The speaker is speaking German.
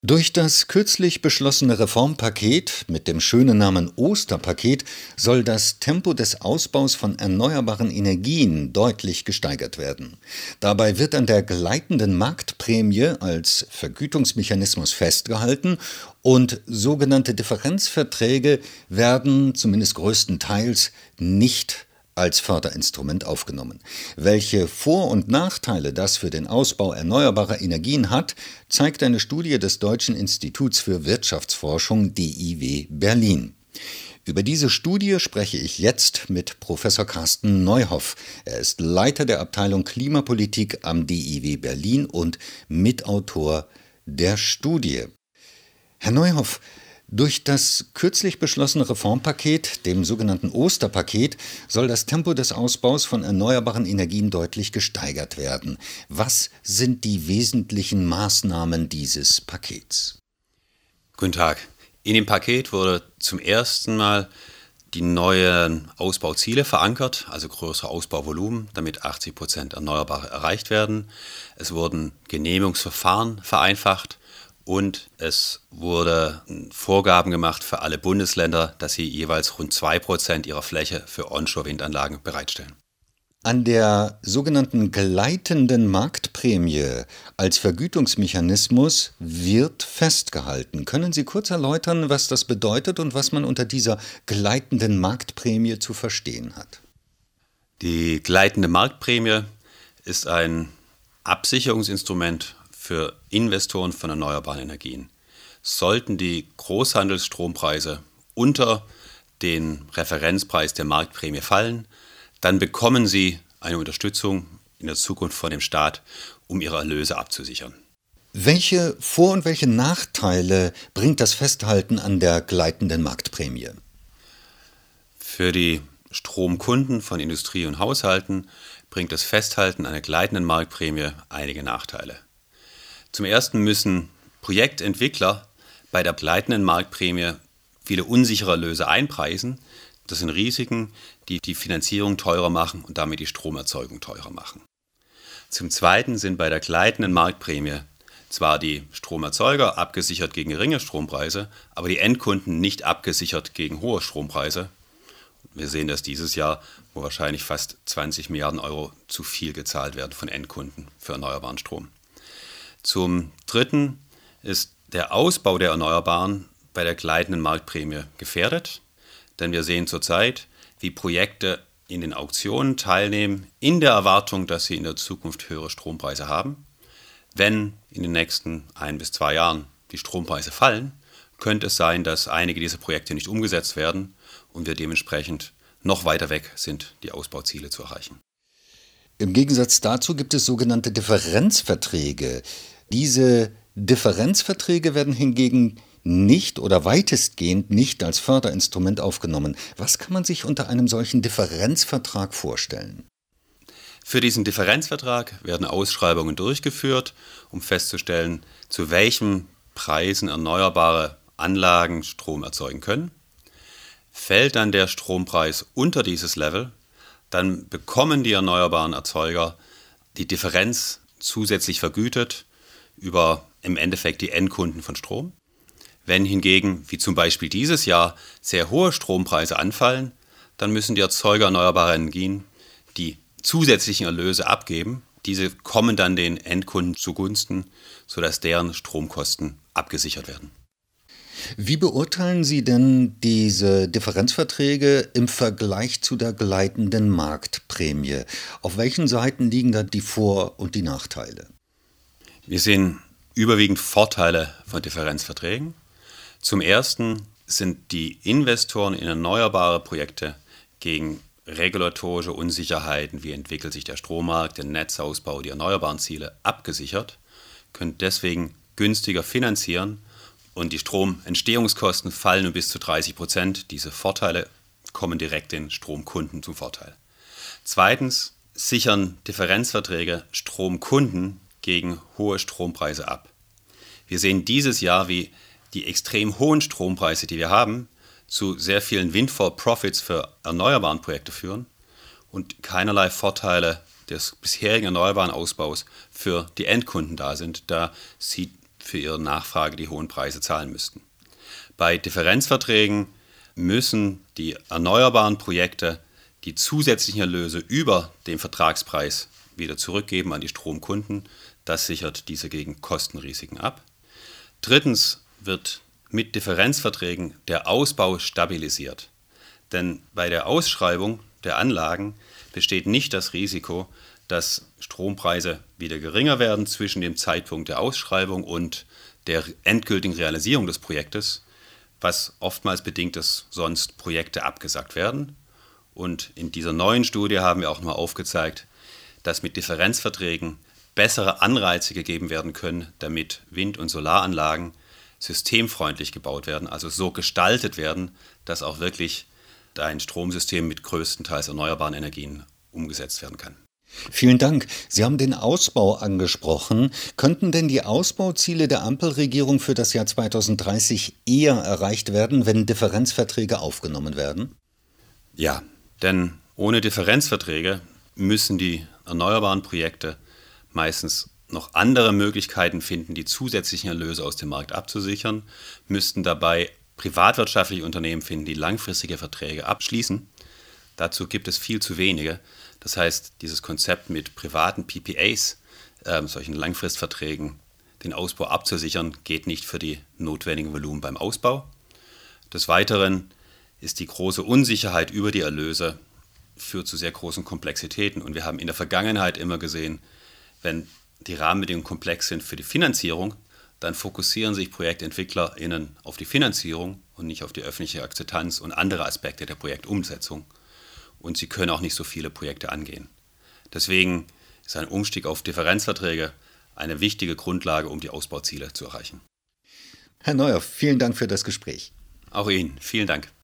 Durch das kürzlich beschlossene Reformpaket mit dem schönen Namen Osterpaket soll das Tempo des Ausbaus von erneuerbaren Energien deutlich gesteigert werden. Dabei wird an der gleitenden Marktprämie als Vergütungsmechanismus festgehalten und sogenannte Differenzverträge werden zumindest größtenteils nicht als Förderinstrument aufgenommen. Welche Vor- und Nachteile das für den Ausbau erneuerbarer Energien hat, zeigt eine Studie des Deutschen Instituts für Wirtschaftsforschung DIW Berlin. Über diese Studie spreche ich jetzt mit Professor Carsten Neuhoff. Er ist Leiter der Abteilung Klimapolitik am DIW Berlin und Mitautor der Studie. Herr Neuhoff, durch das kürzlich beschlossene Reformpaket, dem sogenannten Osterpaket, soll das Tempo des Ausbaus von erneuerbaren Energien deutlich gesteigert werden. Was sind die wesentlichen Maßnahmen dieses Pakets? Guten Tag. In dem Paket wurde zum ersten Mal die neuen Ausbauziele verankert, also größere Ausbauvolumen, damit 80% Erneuerbare erreicht werden. Es wurden Genehmigungsverfahren vereinfacht. Und es wurden Vorgaben gemacht für alle Bundesländer, dass sie jeweils rund 2% ihrer Fläche für Onshore-Windanlagen bereitstellen. An der sogenannten gleitenden Marktprämie als Vergütungsmechanismus wird festgehalten. Können Sie kurz erläutern, was das bedeutet und was man unter dieser gleitenden Marktprämie zu verstehen hat? Die gleitende Marktprämie ist ein Absicherungsinstrument für Investoren von erneuerbaren Energien. Sollten die Großhandelsstrompreise unter den Referenzpreis der Marktprämie fallen, dann bekommen sie eine Unterstützung in der Zukunft von dem Staat, um ihre Erlöse abzusichern. Welche Vor- und welche Nachteile bringt das Festhalten an der gleitenden Marktprämie? Für die Stromkunden von Industrie und Haushalten bringt das Festhalten an der gleitenden Marktprämie einige Nachteile. Zum Ersten müssen Projektentwickler bei der gleitenden Marktprämie viele unsichere Erlöse einpreisen. Das sind Risiken, die die Finanzierung teurer machen und damit die Stromerzeugung teurer machen. Zum Zweiten sind bei der gleitenden Marktprämie zwar die Stromerzeuger abgesichert gegen geringe Strompreise, aber die Endkunden nicht abgesichert gegen hohe Strompreise. Wir sehen das dieses Jahr, wo wahrscheinlich fast 20 Milliarden Euro zu viel gezahlt werden von Endkunden für erneuerbaren Strom. Zum Dritten ist der Ausbau der Erneuerbaren bei der gleitenden Marktprämie gefährdet, denn wir sehen zurzeit, wie Projekte in den Auktionen teilnehmen, in der Erwartung, dass sie in der Zukunft höhere Strompreise haben. Wenn in den nächsten 1 bis 2 Jahren die Strompreise fallen, könnte es sein, dass einige dieser Projekte nicht umgesetzt werden und wir dementsprechend noch weiter weg sind, die Ausbauziele zu erreichen. Im Gegensatz dazu gibt es sogenannte Differenzverträge. Diese Differenzverträge werden hingegen nicht oder weitestgehend nicht als Förderinstrument aufgenommen. Was kann man sich unter einem solchen Differenzvertrag vorstellen? Für diesen Differenzvertrag werden Ausschreibungen durchgeführt, um festzustellen, zu welchen Preisen erneuerbare Anlagen Strom erzeugen können. Fällt dann der Strompreis unter dieses Level, dann bekommen die erneuerbaren Erzeuger die Differenz zusätzlich vergütet über im Endeffekt die Endkunden von Strom. Wenn hingegen, wie zum Beispiel dieses Jahr, sehr hohe Strompreise anfallen, dann müssen die Erzeuger erneuerbarer Energien die zusätzlichen Erlöse abgeben. Diese kommen dann den Endkunden zugunsten, sodass deren Stromkosten abgesichert werden. Wie beurteilen Sie denn diese Differenzverträge im Vergleich zu der gleitenden Marktprämie? Auf welchen Seiten liegen da die Vor- und die Nachteile? Wir sehen überwiegend Vorteile von Differenzverträgen. Zum Ersten sind die Investoren in erneuerbare Projekte gegen regulatorische Unsicherheiten, wie entwickelt sich der Strommarkt, der Netzausbau, die erneuerbaren Ziele, abgesichert, können deswegen günstiger finanzieren und die Stromentstehungskosten fallen um bis zu 30%. Diese Vorteile kommen direkt den Stromkunden zum Vorteil. Zweitens sichern Differenzverträge Stromkunden gegen hohe Strompreise ab. Wir sehen dieses Jahr, wie die extrem hohen Strompreise, die wir haben, zu sehr vielen Windfall Profits für erneuerbaren Projekte führen und keinerlei Vorteile des bisherigen erneuerbaren Ausbaus für die Endkunden da sind, da sie für ihre Nachfrage die hohen Preise zahlen müssten. Bei Differenzverträgen müssen die erneuerbaren Projekte die zusätzlichen Erlöse über den Vertragspreis wieder zurückgeben an die Stromkunden. Das sichert diese gegen Kostenrisiken ab. Drittens wird mit Differenzverträgen der Ausbau stabilisiert. Denn bei der Ausschreibung der Anlagen besteht nicht das Risiko, dass Strompreise wieder geringer werden zwischen dem Zeitpunkt der Ausschreibung und der endgültigen Realisierung des Projektes, was oftmals bedingt, dass sonst Projekte abgesagt werden. Und in dieser neuen Studie haben wir auch mal aufgezeigt, dass mit Differenzverträgen bessere Anreize gegeben werden können, damit Wind- und Solaranlagen systemfreundlich gebaut werden, also so gestaltet werden, dass auch wirklich ein Stromsystem mit größtenteils erneuerbaren Energien umgesetzt werden kann. Vielen Dank. Sie haben den Ausbau angesprochen. Könnten denn die Ausbauziele der Ampelregierung für das Jahr 2030 eher erreicht werden, wenn Differenzverträge aufgenommen werden? Ja, denn ohne Differenzverträge müssen die erneuerbaren Projekte meistens noch andere Möglichkeiten finden, die zusätzlichen Erlöse aus dem Markt abzusichern, müssten dabei privatwirtschaftliche Unternehmen finden, die langfristige Verträge abschließen. Dazu gibt es viel zu wenige. Das heißt, dieses Konzept mit privaten PPAs, solchen Langfristverträgen, den Ausbau abzusichern, geht nicht für die notwendigen Volumen beim Ausbau. Des Weiteren ist die große Unsicherheit über die Erlöse führt zu sehr großen Komplexitäten. Und wir haben in der Vergangenheit immer gesehen, wenn die Rahmenbedingungen komplex sind für die Finanzierung, dann fokussieren sich ProjektentwicklerInnen auf die Finanzierung und nicht auf die öffentliche Akzeptanz und andere Aspekte der Projektumsetzung. Und sie können auch nicht so viele Projekte angehen. Deswegen ist ein Umstieg auf Differenzverträge eine wichtige Grundlage, um die Ausbauziele zu erreichen. Herr Neuhoff, vielen Dank für das Gespräch. Auch Ihnen, vielen Dank.